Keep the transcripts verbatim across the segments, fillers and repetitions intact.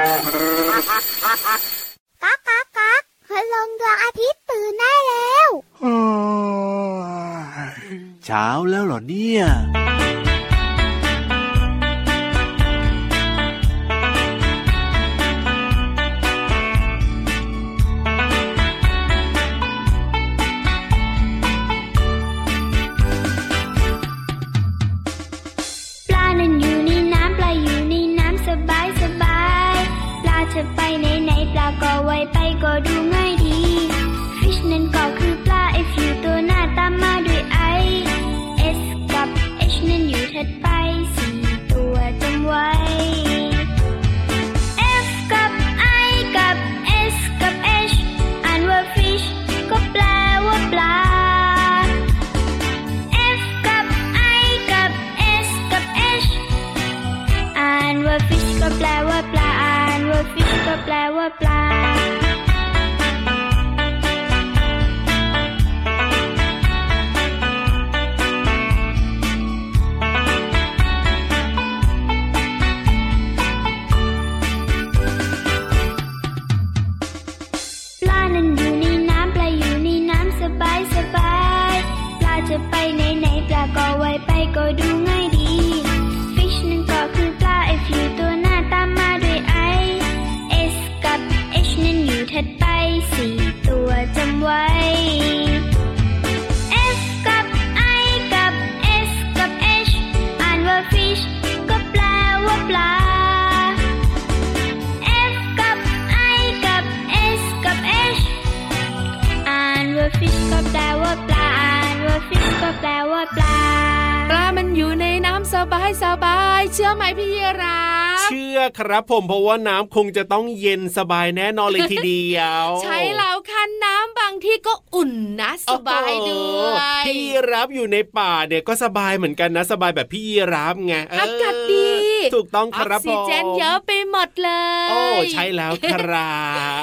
ก๊ากก๊ากก๊ากคืนลงดวงอาทิตย์ตื่นได้แล้วเช้าแล้วเหรอเนี่ยจะไปไหนไหนปลาก็ไวไปก็ดูง่ายดี Fish นั่นก็คือปลา F อยู่ตัวหน้าตามมาด้วย I S กับ H นั่นอยู่ถัดไปสี่ตัวจำไว้ F กับ I กับ S กับ H อ่านว่า Fish ก็แปลว่าปลา F กับ I กับ S กับ H อ่านว่า Fish ก็แปลว่าปลาFish ก็แปลว่าปลาปลานั้นอยู่ในน้ำปลาอยู่ในน้ำสบายสบายปลาจะไปไหนไหนปลาก็ไวไปก็ดูง่ายดี Fish นั่นก็คือปลา F อยู่ตัวหน้าตามมาด้วยนั่นอยู่ถัดไปสี่ตัวจำไว้ F กับ I กับ S กับ H อ่านว่า Fish ก็แปลว่าปลา F กับ I กับ S กับ H อ่านว่า Fish ก็แปลว่าปลาอ่านว่า Fish ก็แปลว่าปลาปลามันอยู่ในน้ำสบายสบายเชื่อไหมพี่ยีราฟเชื่อครับผมเพราะว่าน้ำคงจะต้องเย็นสบายแน่นอนเลยทีเดียวใช่แล้วค่ะน้ำบางที่ก็อุ่นนะสบายด้วยพี่ยีราฟอยู่ในป่าเนี่ยก็สบายเหมือนกันนะสบายแบบพี่ยีราฟไงอากาศดีถูกต้องครับผมออกซิเจนเยอะไปหมดเลยโอ้ใช่แล้วครับ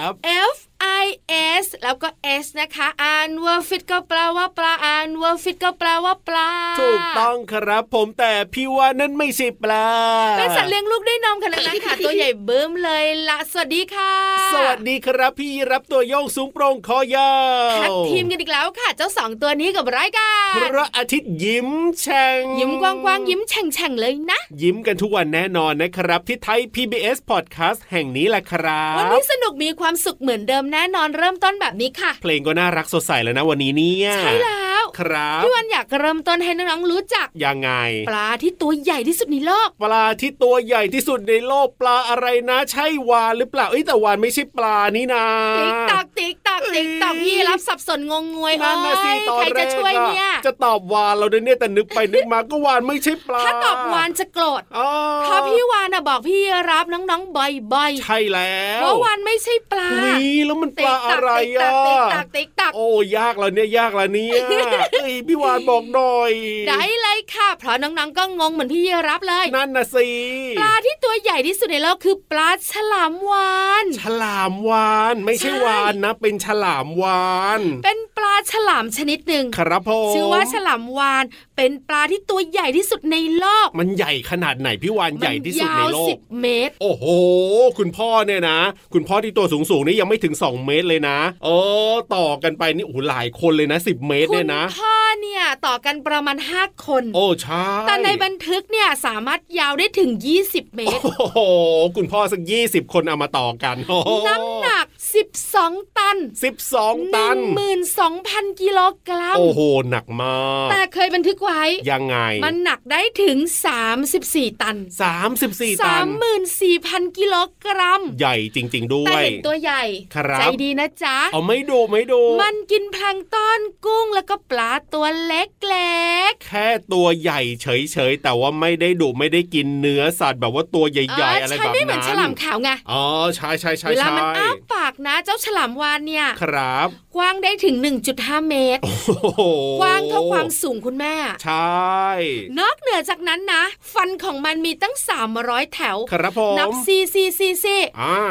F I S แล้วก็ S นะคะอ่านว่า Fish ก็แปลว่าปลาอ่านว่า Fish ก็แปลว่าปลาถูกต้องครับผมแต่พี่ว่านั่นไม่ใช่ปลาเป็นสัตว์เลี้ยงลูกด้วยนมขนาดนั้นค่ะตัวใหญ่เบิ่มเลยละสวัสดีค่ะสวัสดีครับพี่รับตัวโยงสูงโปร่งคอยาวแท็กทีมกันอีกแล้วค่ะเจ้าสองตัวนี้กับรายการพระอาทิตย์ยิ้มแฉ่งยิ้มกว้างๆยิ้มแฉ่งๆเลยนะยิ้มกันทุกวันแน่นอนนะครับที่ไทย พี บี เอส Podcast แห่งนี้แหละครับวันนี้สนุกมีความสุขเหมือนเดิมแน่นอนเริ่มต้นแบบนี้ค่ะเพลงก็น่ารักสดใสแล้วนะวันนี้เนี่ยใช่แล้วครับพี่วันอยากเริ่มต้นให้น้องๆรู้จักยังไงปลาที่ตัวใหญ่ที่สุดในโลกปลาที่ตัวใหญ่ที่สุดในโลกปลาอะไรนะใช่วาฬหรือเปล่าเอ้ยแต่วาฬไม่ใช่ปลานี่นะติ๊กตักติ๊กตักติ๊กตักพี่รับสับสนงงงวยนั่นนะสิตอนแรกจะตอบวาฬเราเนี่ยแต่นึกไปนึกมาก็วาฬไม่ใช่ปลาถ้าตอบวาฬจะโกรธเพราะพี่วาฬน่ะบอกพี่รับน้องๆบ่อยๆใช่แล้วเพราะวาฬไม่ใช่ปลานี่แล้วมันปลาอะไรอ่ะติ๊กตักติ๊กตักโอ้ยากแล้วเนี่ยยากแล้วเนี่ยเอ้ยพี่วาฬบอกหน่อยได้เลยค่ะเพราะน้องๆก็งงเหมือนพี่รับเลยนั่นน่ะสิปลาที่ตัวใหญ่ที่สุดในโลกคือปลาฉลามวาฬฉลามวาฬไม่ใช่วาฬนะเป็นฉลามวาฬเป็นปลาฉลามชนิดหนึ่งครับผมชื่อว่าฉลามวาฬเป็นปลาที่ตัวใหญ่ที่สุดในโลกมันใหญ่ขนาดไหนพี่วาฬใหญ่ที่สุดในโลกสิบเมตรโอ้โหคุณพ่อเนี่ยนะคุณพ่อที่ตัวสูงๆนี่ยังไม่ถึงสองเมตรเลยนะเออต่อกันไปนี่โอ้โหหลายคนเลยนะสิบเมตรเนี่ยนะคุณพ่อเนี่ยต่อกันประมาณห้าคนโอ้ใช่แต่ในบันทึกเนี่ยสามารถยาวได้ถึงยี่สิบเมตรโอ้โหคุณพ่อสักยี่สิบคนเอามาต่อกันน้ำหนักสิบสองตันสิบสองตันหนึ่งหมื่นสองพัน กิโลกรัมโอ้โหหนักมากแต่เคยบันทึกไว้ยังไงมันหนักได้ถึงสามสิบสี่ตันสามสิบสี่ตันสามหมื่นสี่พัน กิโลกรัมใหญ่จริงๆด้วยแต่เห็นตัวใหญ่ใจดีนะจ๊ะเอาไม่ดูไม่ดูมันกินแพลงก์ต้นกุ้งแล้วก็ปลาตัวเล็กๆแค่ตัวใหญ่เฉยๆแต่ว่าไม่ได้ดุไม่ได้กินเนื้อสัตว์แบบว่าตัวใหญ่ๆอะไรแบบนั้นใช่ไม่เหมือนฉลามขาวไงอ๋อใช่ใช่ใช่เวลามันอ้าปากนะเจ้าฉลามวาฬเนี่ยครับกว้างได้ถึง หนึ่งจุดห้า เมตรกว้างเท่าความสูงคุณแม่ใช่นอกเหนือจากนั้นนะฟันของมันมีตั้งสามร้อยแถวครับผมนับซีซีซีซีมากกว่า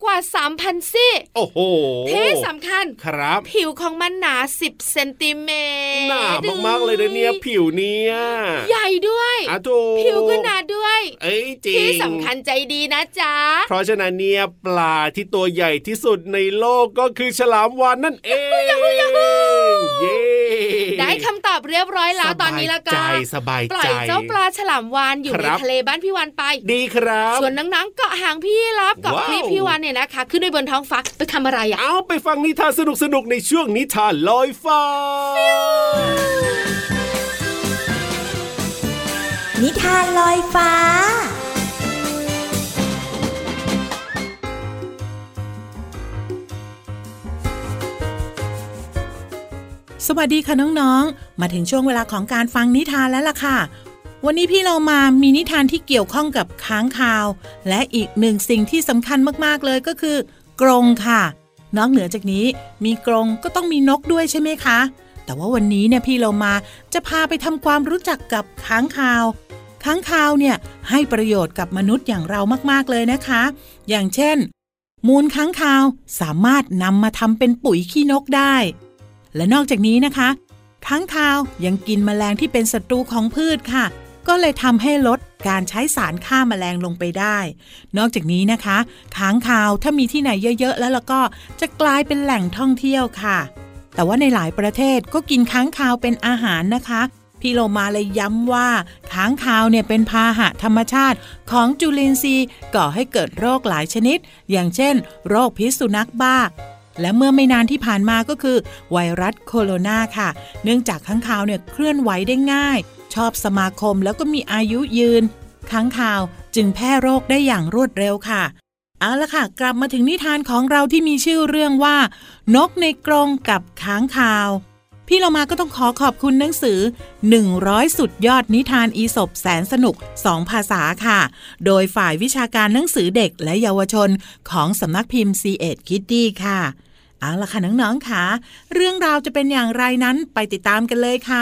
ว่า สามพัน ซี่โอ้โหที่สำคัญครับผิวของมันหนาสิบเซนติเมตรหนามากๆเลยนะเนี่ยผิวเนี่ยใหญ่ด้วยผิวก็หนาด้วยเอ้ยจริงที่สำคัญใจดีนะจ๊ะเพราะฉะนั้นเนี่ยปลาที่ตัวใหญ่ที่สุดในโลกก็คือฉลามวาฬนั่นเองเย้ได้คำตอบเรียบร้อยแล้วตอนนี้ละกันสบายใจปล่อยเจ้าปลาฉลามวาฬอยู่ในทะเลบ้านพี่วานไปดีครับส่วนน้องๆเกาะหางพี่รับกับพี่พี่วานเนี่ยนะคะขึ้นไปบนท้องฟ้าไปทำอะไรอ่ะเอาไปฟังนิทานสนุกๆในช่วงนิทานลอยฟ้านิทานลอยฟ้าสวัสดีค่ะน้องๆมาถึงช่วงเวลาของการฟังนิทานแล้วล่ะค่ะวันนี้พี่เรามามีนิทานที่เกี่ยวข้องกับค้างคาวและอีกหนึ่งสิ่งที่สำคัญมากๆเลยก็คือกรงค่ะนอกเหนือจากนี้มีกรงก็ต้องมีนกด้วยใช่ไหมคะแต่ว่าวันนี้เนี่ยพี่เรามาจะพาไปทำความรู้จักกับค้างคาวค้างคาวเนี่ยให้ประโยชน์กับมนุษย์อย่างเรามากๆเลยนะคะอย่างเช่นมูลค้างคาวสามารถนำมาทำเป็นปุ๋ยขี้นกได้และนอกจากนี้นะคะค้างคาวยังกินแมลงที่เป็นศัตรูของพืชค่ะก็เลยทำให้ลดการใช้สารฆ่าแมลงลงไปได้นอกจากนี้นะคะค้างคาวถ้ามีที่ไหนเยอะๆแล้วแล้วก็จะกลายเป็นแหล่งท่องเที่ยวค่ะแต่ว่าในหลายประเทศก็กินค้างคาวเป็นอาหารนะคะพี่โลมาเลยย้ำว่าค้างคาวเนี่ยเป็นพาหะธรรมชาติของจุลินทรีย์ก่อให้เกิดโรคหลายชนิดอย่างเช่นโรคพิษสุนัขบ้าและเมื่อไม่นานที่ผ่านมาก็คือไวรัสโคโรนาค่ะเนื่องจากค้างคาวเนี่ยเคลื่อนไหวได้ง่ายชอบสมาคมแล้วก็มีอายุยืนค้างคาวจึงแพร่โรคได้อย่างรวดเร็วค่ะเอาละค่ะกลับมาถึงนิทานของเราที่มีชื่อเรื่องว่านกในกรงกับค้างคาวพี่เรามาก็ต้องขอขอบคุณหนังสือหนึ่งร้อยสุดยอดนิทานอีสปแสนสนุกสองภาษาค่ะโดยฝ่ายวิชาการหนังสือเด็กและเยาวชนของสำนักพิมพ์ ซี เอ็ด Kiddie ค่ะเอาล่ะค่ะน้องๆค่ะเรื่องราวจะเป็นอย่างไรนั้นไปติดตามกันเลยค่ะ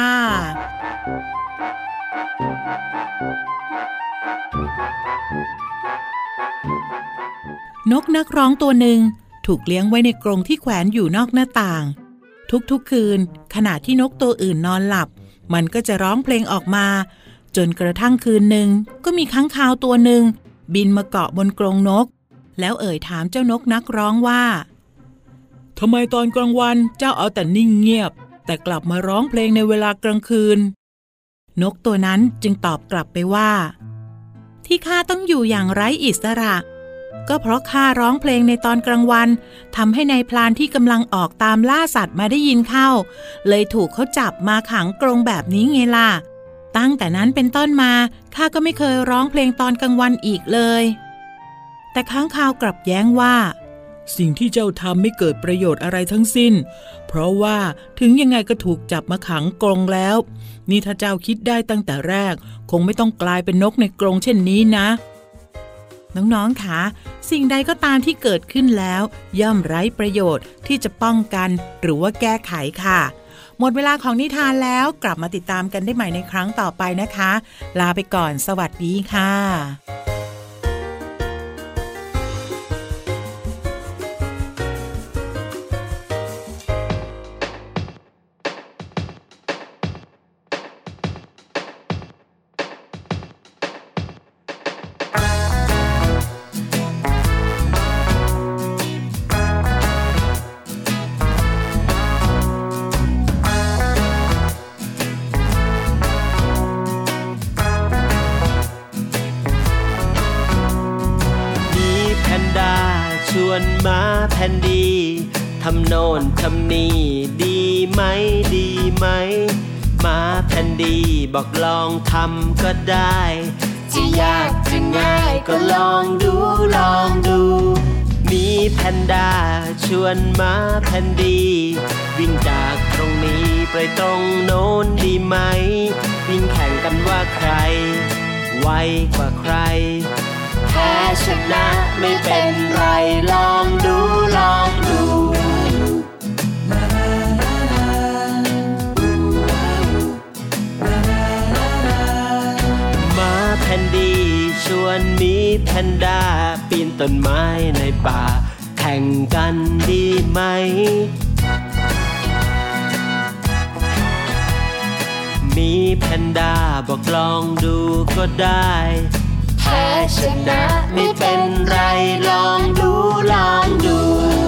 นกนักร้องตัวหนึ่งถูกเลี้ยงไว้ในกรงที่แขวนอยู่นอกหน้าต่างทุกๆคืนขณะที่นกตัวอื่นนอนหลับมันก็จะร้องเพลงออกมาจนกระทั่งคืนหนึ่งก็มีค้างคาวตัวหนึ่งบินมาเกาะบนกรงนกแล้วเอ่ยถามเจ้านกนักร้องว่าทำไมตอนกลางวันเจ้าเอาแต่นิ่งเงียบแต่กลับมาร้องเพลงในเวลากลางคืนนกตัวนั้นจึงตอบกลับไปว่าที่ข้าต้องอยู่อย่างไร้อิสระก็เพราะข้าร้องเพลงในตอนกลางวันทำให้นายพรานที่กำลังออกตามล่าสัตว์มาได้ยินเข้าเลยถูกเขาจับมาขังกรงแบบนี้ไงล่ะตั้งแต่นั้นเป็นต้นมาข้าก็ไม่เคยร้องเพลงตอนกลางวันอีกเลยแต่ค้างคาวกลับแย้งว่าสิ่งที่เจ้าทำไม่เกิดประโยชน์อะไรทั้งสิ้นเพราะว่าถึงยังไงก็ถูกจับมาขังกรงแล้วนี่ถ้าเจ้าคิดได้ตั้งแต่แรกคงไม่ต้องกลายเป็นนกในกรงเช่นนี้นะน้องๆคะสิ่งใดก็ตามที่เกิดขึ้นแล้วย่อมไร้ประโยชน์ที่จะป้องกันหรือว่าแก้ไขค่ะหมดเวลาของนิทานแล้วกลับมาติดตามกันได้ใหม่ในครั้งต่อไปนะคะลาไปก่อนสวัสดีค่ะชวนมาแผ่นดีทำโน่นทำนี่ดีไหมดีไหมมาแผ่นดีบอกลองทำก็ได้จะยากจะง่ายก็ลองดูลองดูมีแพนด้าชวนมาแผ่นดีวิ่งจากตรงนี้ไปตรงโน้นดีไหมวิ่งแข่งกันว่าใครไวกว่าใครแพ้ชนะไม่เป็นไรลองดูลองดูมาแผ่นดีชวนมีแพนด้าปีนต้นไม้ในป่าข่งกันดีไหมมีแพนด้าบอกลองดูก็ได้แพ้ชนะไม่เป็นไรลองดูลองดู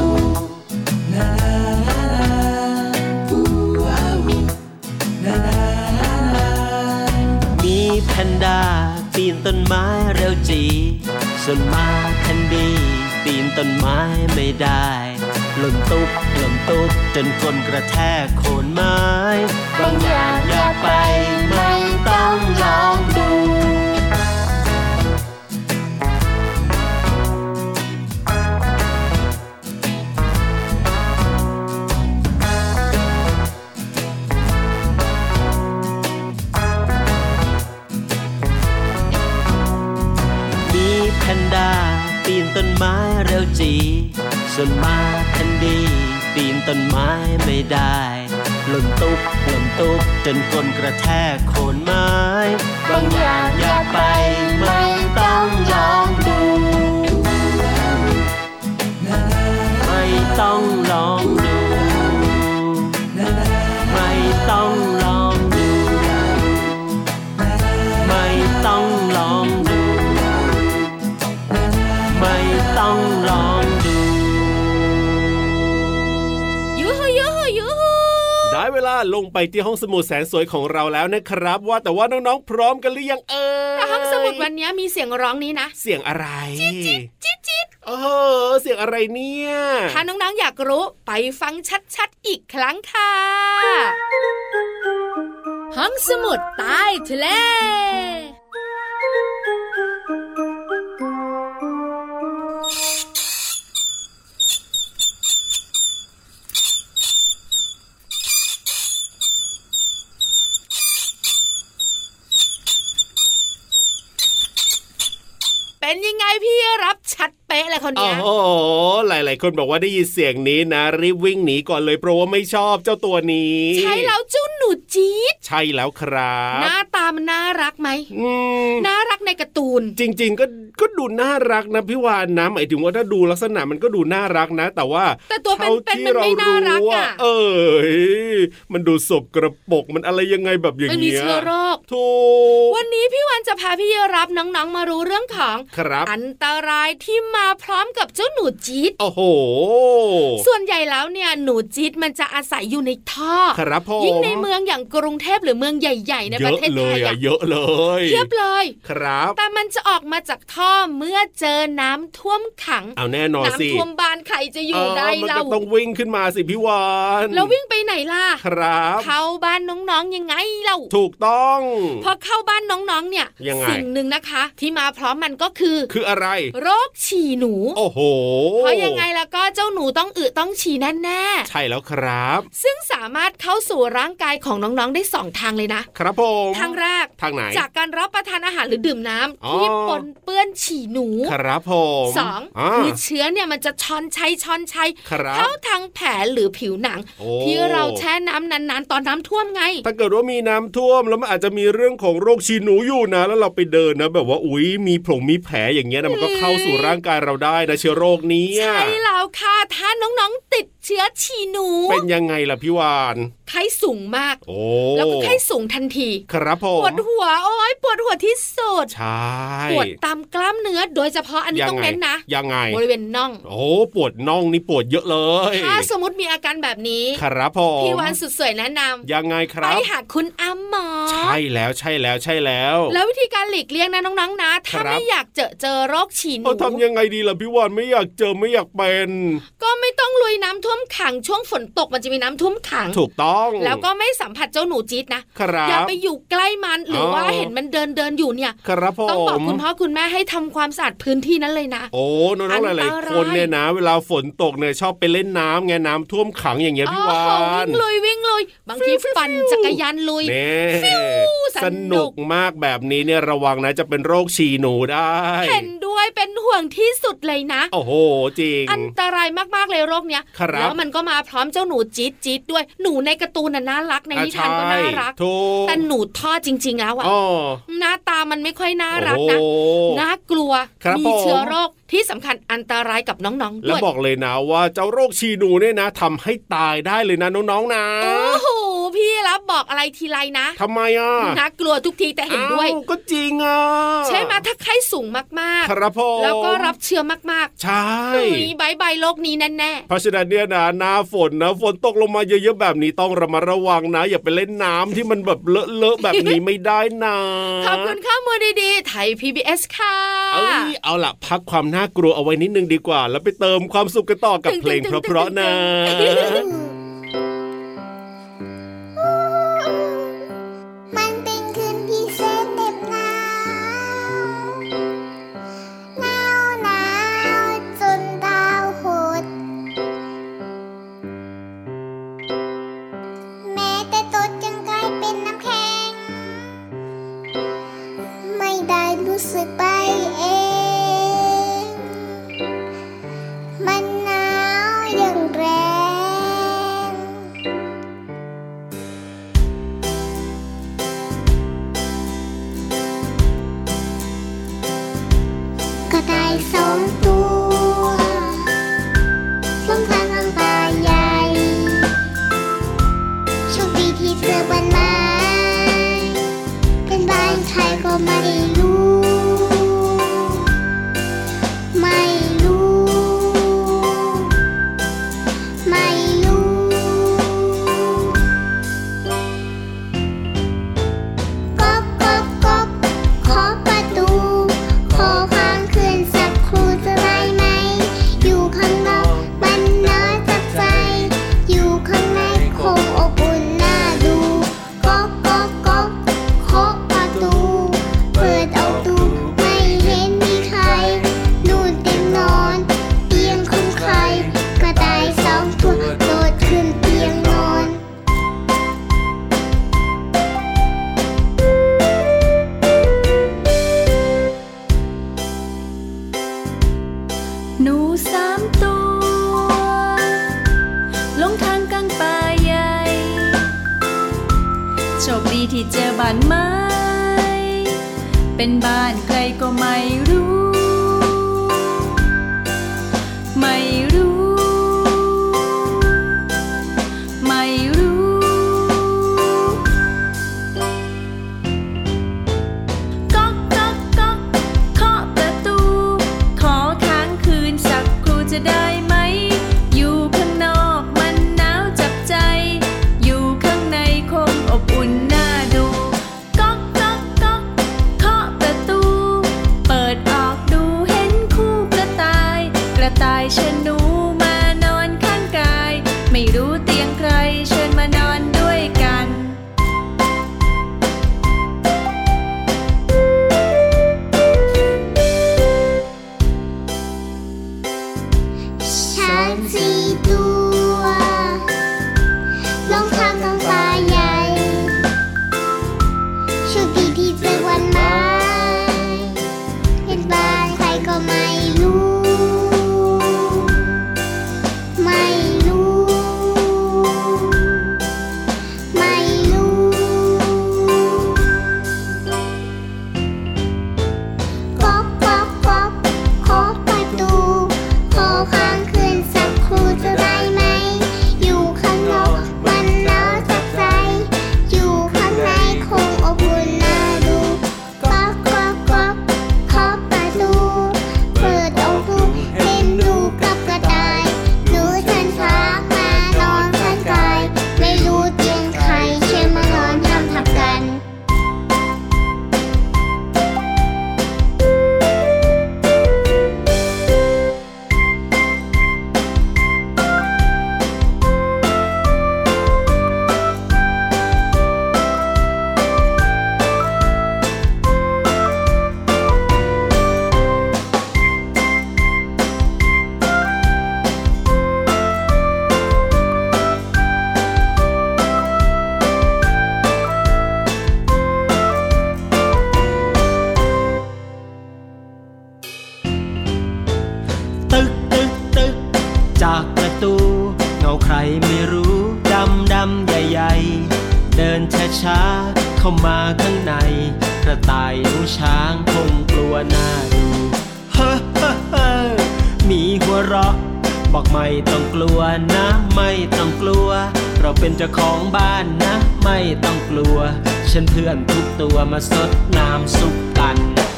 มีแพนด้าปีนต้นไม้เร็วจีส่วนม้าแคนดี้ปีนต้นไม้ไม่ได้หล่นตุ๊บหล่นตุ๊บจนก้นกระแทกโคนไม้บางอย่างอยากไปไม่ต้องลองดูแพนด้าปีนต้นไม้เร็วจีส่วนม้าแคนดี้ปีนต้นไม้ไม่ได้หล่นตุ๊บหล่นตุ๊บจนก้นกระแทกโคนไม้บางอย่างอยากไปไม่ต้องลองดูไม่ต้องลองดูไม่ต้องลองดูไม่ต้องลองดูไม่ต้องลองดูยูฮูยูฮูยูฮูได้เวลาลงไปที่ห้องสมุดแสนสวยของเราแล้วนะครับว่าแต่ว่าน้องๆพร้อมกันหรือยังเอ่ยห้องสมุดวันนี้มีเสียงร้องนี้นะเสียงอะไรจิ๊ดจิ๊ดจิ๊ดจิ๊ดเออเสียงอะไรเนี่ยถ้าน้องๆอยากรู้ไปฟังชัดๆอีกครั้งค่ะห้องสมุดใต้ทะเลเป็นยังไงพี่รับชัดเป๊ะเลยคนนี้โอ้โหหลายๆคนบอกว่าได้ยินเสียงนี้นะรีบวิ่งหนีก่อนเลยเพราะว่าไม่ชอบเจ้าตัวนี้ใช่แล้วเจ้าหนูจี๊ดใช่แล้วครับหน้าตามันน่ารักไหมน่ารักในการ์ตูนจริงๆก็ก็ดูน่ารักนะพี่วานนะหมายถึงว่าถ้าดูลักษณะมันก็ดูน่ารักนะแต่ว่าแต่ตัวเป็นๆมันไม่น่ารักอ่ะเออมันดูสกระปรกมันอะไรยังไงแบบอย่างเงี้ยมันมีเชื้อโรคถูกวันนี้พี่วานจะพาพี่รับน้องๆมารู้เรื่องของอันตรายที่มาพร้อมกับเจ้าหนูจี๊ดโอ้โหส่วนใหญ่แล้วเนี่ยหนูจี๊ดมันจะอาศัยอยู่ในท่อครับผมยิ่งในเมืองอย่างกรุงเทพหรือเมืองใหญ่ๆในประเทศไทยเยอะเลยเทียบเลยครับแต่มันจะออกมาจากท่อเมื่อเจอน้ำท่วมขังเอาแน่นอนสิน้ำท่วมบ้านใครจะอยู่ได้เรามันก็ต้องวิ่งขึ้นมาสิพี่วานแล้ววิ่งไปไหนล่ะครับเข้าบ้านน้องๆยังไงเราถูกต้องพอเข้าบ้านน้องๆเนี่ยสิ่งหนึ่งนะคะที่มาพร้อมมันก็คือคืออะไรโรคฉี่หนูโอ้โหเพราะยังไงแล้วก็เจ้าหนูต้องอึต้องฉี่แน่ๆใช่แล้วครับซึ่งสามารถเข้าสู่ร่างกายของน้องๆได้สองทางเลยนะครับผมทางแรกทางไหนจากการรับประทานอาหารหรือดื่มน้ำที่ปนเปื้อนฉี่หนูครับผมสองคือเชื้อเนี่ยมันจะช้อนชัยช้อนชัยเข้าทางแผลหรือผิวหนังที่เราแช่น้ำนานๆตอนน้ำท่วมไงถ้าเกิดว่ามีน้ำท่วมแล้วมันอาจจะมีเรื่องของโรคฉี่หนูอยู่นะแล้วเราไปเดินนะแบบว่าอุ๊ยมีผงมีแผลอย่างเงี้ยนะมันก็เข้าสู่ร่างกายเราได้นะเชื้อโรคนี้ใช่แล้วค่ะถ้าน้องๆติดเชื้อฉี่หนูเป็นยังไงล่ะพี่วานไข้สูงมากแล้วก็ไข้สูงทันทีครับผมปวดหัวโอ๊ยปวดหัวที่สุดใช่ปวดตามกล้ามเนื้อโดยเฉพาะอันนี้ต้องเน้นนะยังไงบริเวณน่องโอ้ปวดน่องนี่ปวดเยอะเลยถ้าสมมติมีอาการแบบนี้ครับผมพี่วานสุดสวยแนะนำยังไงครับไปหาคุณอาหมอใช่แล้วใช่แล้วใช่แล้วแล้ววิธีการหลีกเลี่ยงนะน้องๆนะถ้าไม่อยากเจอเจอโรคฉี่หนูทำยังไงดีล่ะพี่วานไม่อยากเจอไม่อยากเป็นก็ไม่ต้องลุยน้ำท่วมขังช่วงฝนตกมันจะมีน้ำท่วมขังถูกต้องแล้วก็ไม่สัมผัสเจ้าหนูจี๊ดนะอย่าไปอยู่ใกล้มันหรือว่าเห็นมันเดินเดินอยู่เนี่ยต้องบอกคุณพ่อคุณแม่ให้ทำความสะอาดพื้นที่นั้นเลยนะโอ้น้องๆหลายๆคนเนี่ยนะเวลาฝนตกเนี่ยชอบไปเล่นน้ำไงน้ำท่วมขังอย่างเงี้ยพี่วานวิ่งลุยวิ่งลุยบางทีปั่นจักรยานลุยสนุกมากแบบนี้เนี่ยระวังนะจะเป็นโรคฉี่หนูได้เห็นด้วยเป็นห่วงที่สุดเลยนะโอ้โหจริงอันตรายมากๆเลยโรคนี้ยแล้วมันก็มาพร้อมเจ้าหนูจี๊ดจี๊ดด้วยหนูในการ์ตูนน่ะน่ารักในนิทานก็น่ารักแต่หนูทอดจริงๆแล้วอ่ะหน้าตามันไม่ค่อยน่ารักนะน่ากลัวมีเชื้อโรคที่สำคัญอันตรายกับน้องๆด้วยแล้วบอกเลยนะว่าเจ้าโรคชีหนูเนี่ยนะทำให้ตายได้เลยนะน้องๆนะโอ้โหพี่รับบอกอะไรทีไรนะทำไมอ่ะน่ากลัวทุกทีแต่เห็นด้วยก็จริงอ่ะใช่ไหมถ้าไข้สูงมากๆครับผมแล้วก็รับเชื้อมากๆใช่บายบายโลกนี้แน่ๆเพราะฉะนั้นเนี่ยนะหน้าฝนนะฝนตกลงมาเยอะๆแบบนี้ต้องระมัดระวังนะอย่าไปเล่นน้ำที่มันแบบเลอะๆแบบนี้ไม่ได้นะขอบคุณข้อมูลดีๆไทย พี บี เอส ค่ะเอ้ยเอาล่ะพักความน่ากลัวเอาไว้นิดนึงดีกว่าแล้วไปเติมความสุขกันต่อกับเพลงเพราะๆนะมันเป็นคืนพิเศษเด็บหนาวหนาวหนาวจนดาวหดแม้แต่ตดจึงกลายเป็นน้ำแข็งไม่ได้รู้สึกไปเองมันหนาวอย่างแรงกระต่ายสองตัวลงทางทางป่าใหญ่โชคดีที่เจอบ้านไม้เป็นบ้านใครก็ไม่รู้ไม่รู้ไม่รู้ก๊อกก๊อกก๊อกขอประตูขอค้างคืนสักครู่จะได้ไหมอยู่ข้างนอกมันน่าจับใจอยู่ข้างในคงอบอุ่นน่าดูก๊อกก๊อกก๊อกขอประตูเปิดเอาดูไม่เห็นมีใครนู่นเตียงนอนเตียงของใครกระต่ายสองตัวโดดขึ้นเตียงนอนหนูสามตัวลงทางกลางป่าใหญ่โชคดีที่เจอบ้านไม้เป็นบ้านใครก็ไม่รู้ไม่รู้ไม่รู้ก๊อกก๊อกก๊อกเคาะประตูขอค้างคืนสักครู่จะได้ไหมอยู่ข้างนอกมันหนาวจับใจอยู่ข้างในคงอบอุ่นน่าดูก๊อกก๊อกก๊อกเคาะประตูเปิดออกดูเห็นคู่กระต่ายกระต่ายเชิญหนูมานอนข้างกายไม่รู้เตียงใครเชิญมานอนด้วยกันช้างสี่ตัวลงทางกลางป่าใหญ่โชคดีที่เจอวันไม้เป็นบ้านใครก็ไม่รู้ไม่รู้ไม่รู้ก๊อกก๊อกก๊อกขอประตูขอค้างคืนสักครู่จะได้ไหมอยู่ข้างนอกมันหนาวจับใจอยู่ข้างในคงอบอุ่นน่าดูก๊อกก๊อกก๊อกขอประตูเปิดเอาดูเล่นดูกับกระต่ายหนูฉันพักมานอนข้างกายไม่รู้เตียงใครเชื่อมานอนทำทับกันจากประตูาใครไม่รู้ดำดำใหญ่ๆเดินช้าๆเข้ามาข้างในกระต่ายหนูช้างคงกลัวหน้าดูเฮ้อเฮ้อเฮ้อมีหัวเราะบอกไม่ต้องกลัวนะไม่ต้องกลัวเราเป็นเจ้าของบ้านนะไม่ต้องกลัวฉันเพื่อนทุกตัวมาสดน้ำซุปกัน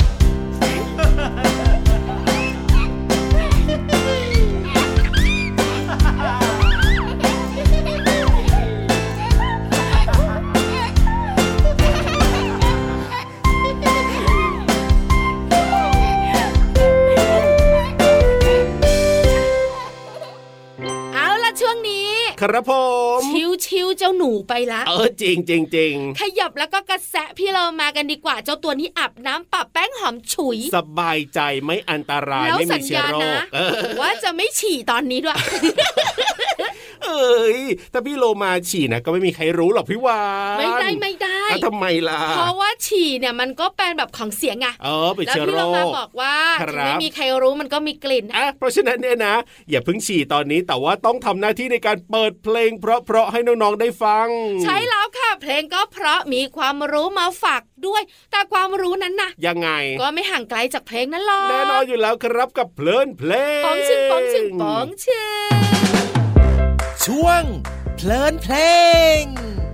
ครับผมชิวๆเจ้าหนูไปละเออจริงจริงจริงขยับแล้วก็กระแสพี่เรามากันดีกว่าเจ้าตัวนี้อาบน้ำปะแป้งหอมฉุยสบายใจไม่อันตรายไม่มีเชื้อโรคว่าจะไม่ฉี่ตอนนี้ด้วยเอ้ยถ้าพี่โลมาฉี่นะก็ไม่มีใครรู้หรอกพี่วานไม่ได้ไม่ได้ทำไมล่ะเพราะว่าฉี่เนี่ยมันก็เป็นแบบของเสียไงเออเป็นเชื้อโรคแล้วพี่โลมาบอกว่าไม่มีใครรู้มันก็มีกลิ่นอ่ะเพราะฉะนั้นเนี่ยนะอย่าเพิ่งฉี่ตอนนี้แต่ว่าต้องทำหน้าที่ในการเปิดเพลงเพราะๆให้น้องๆได้ฟังใช่แล้วค่ะเพลงก็เพราะมีความรู้มาฝากด้วยแต่ความรู้นั้นนะยังไงก็ไม่ห่างไกลจากเพลงนั้นหรอกแน่นอนอยู่แล้วครับกับเพลินเพลงป๋องชึงป๋องชึงป๋องชึงช่วงเพลินเพลง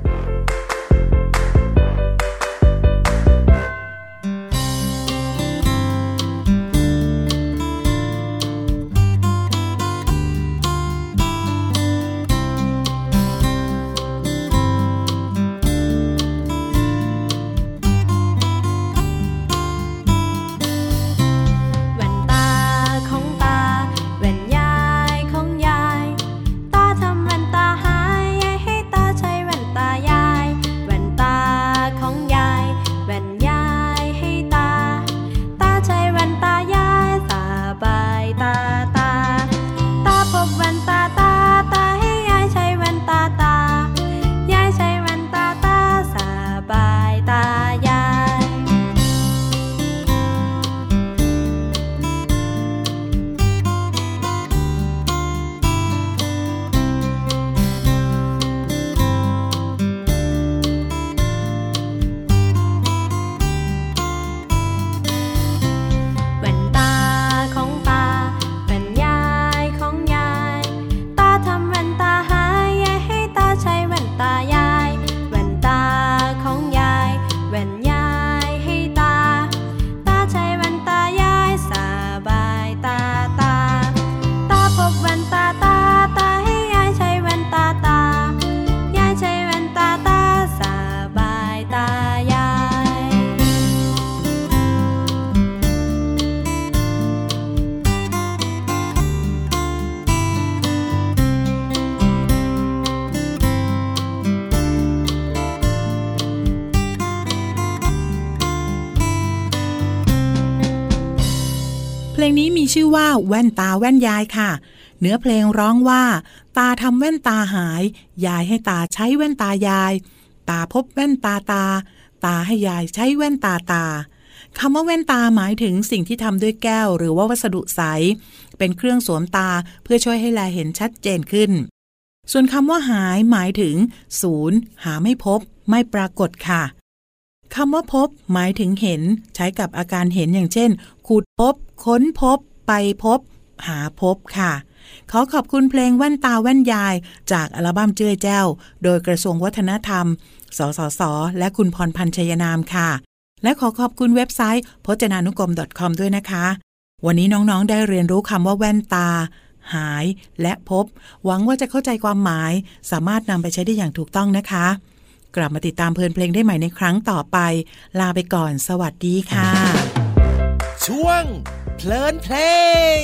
เพลงนี้มีชื่อว่าแว่นตาแว่นยายค่ะเนื้อเพลงร้องว่าตาทำแว่นตาหายยายให้ตาใช้แว่นตายายตาพบแว่นตาตาตาให้ยายใช้แว่นตาตาคำว่าแว่นตาหมายถึงสิ่งที่ทำด้วยแก้วหรือว่าวัสดุใสเป็นเครื่องสวมตาเพื่อช่วยให้แลเห็นชัดเจนขึ้นส่วนคำว่าหายหมายถึงศูนย์หาไม่พบไม่ปรากฏค่ะคำว่าพบหมายถึงเห็นใช้กับอาการเห็นอย่างเช่นขุดพบค้นพบไปพบหาพบค่ะขอขอบคุณเพลงแว่นตาแว่นยายจากอัลบั้มเจ้ยแจ้วโดยกระทรวงวัฒนธรรมสสสและคุณพรพันธ์ชัยนามค่ะและขอขอบคุณเว็บไซต์พจนานุกรม .com ด้วยนะคะวันนี้น้องๆได้เรียนรู้คำว่าแว่นตาหายและพบหวังว่าจะเข้าใจความหมายสามารถนำไปใช้ได้อย่างถูกต้องนะคะกลับมาติดตามเพลินเพลงได้ใหม่ในครั้งต่อไปลาไปก่อนสวัสดีค่ะช่วงเพลินเพลง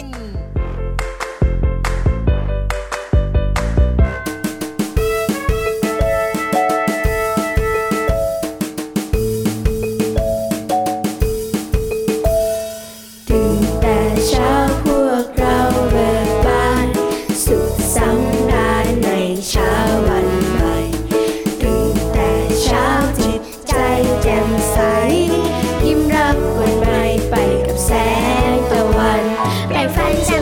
แปรงฟัน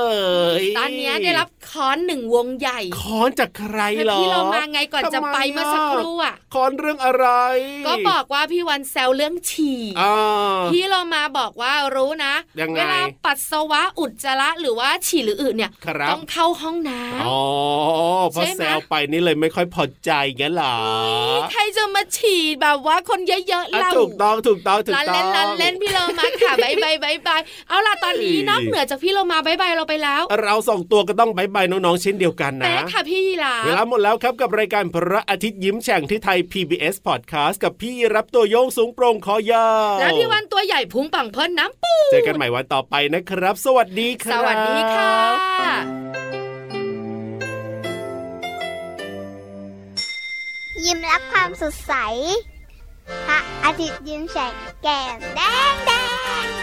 ยตอนนี้ได้รับค้อนหนึ่งวงใหญ่ค้อนจากใครเหรอพี่เรามาไงก่อนจะไปเมื่อสักครู่อ่ะค้อนเรื่องอะไรก็บอกว่าพี่วันแซวเรื่องฉี่พี่เรามาบอกว่ารู้นะเวลาปัสสาวะอุจจาระหรือว่าฉี่หรืออื่นเนี่ยต้องเข้าห้องน้ำอ๋อเพราะแซวไปนี่เลยไม่ค่อยพอใจงั้นหรอใครจะมาฉี่แบบว่าคนเยอะๆเราถูกต้องถูกต้องถูกต้องเล่นเล่นเล่นพี่เรามาค่ะบายบายบายบายเอาล่ะตอนนี้นอกเหนือจากพี่เรามาบายบายเราไปแล้วเราสองตัวก็ต้องบายบายน้องๆเช่นเดียวกันนะแต่ค่ะพี่ยีราฟเวลาหมดแล้วครับกับรายการพระอาทิตย์ยิ้มแฉ่งที่ไทย พี บี เอส Podcast กับพี่รับตัวโยงสูงโปร่งคอยาวแล้วพี่วันตัวใหญ่พุงปังเพิ่นน้ำปูเจอกันใหม่วันต่อไปนะครับสวัสดีครับสวัสดีค่ะยิ้มรับความสดใสพระอาทิตย์ยิ้มแฉกแก้มแดงแดง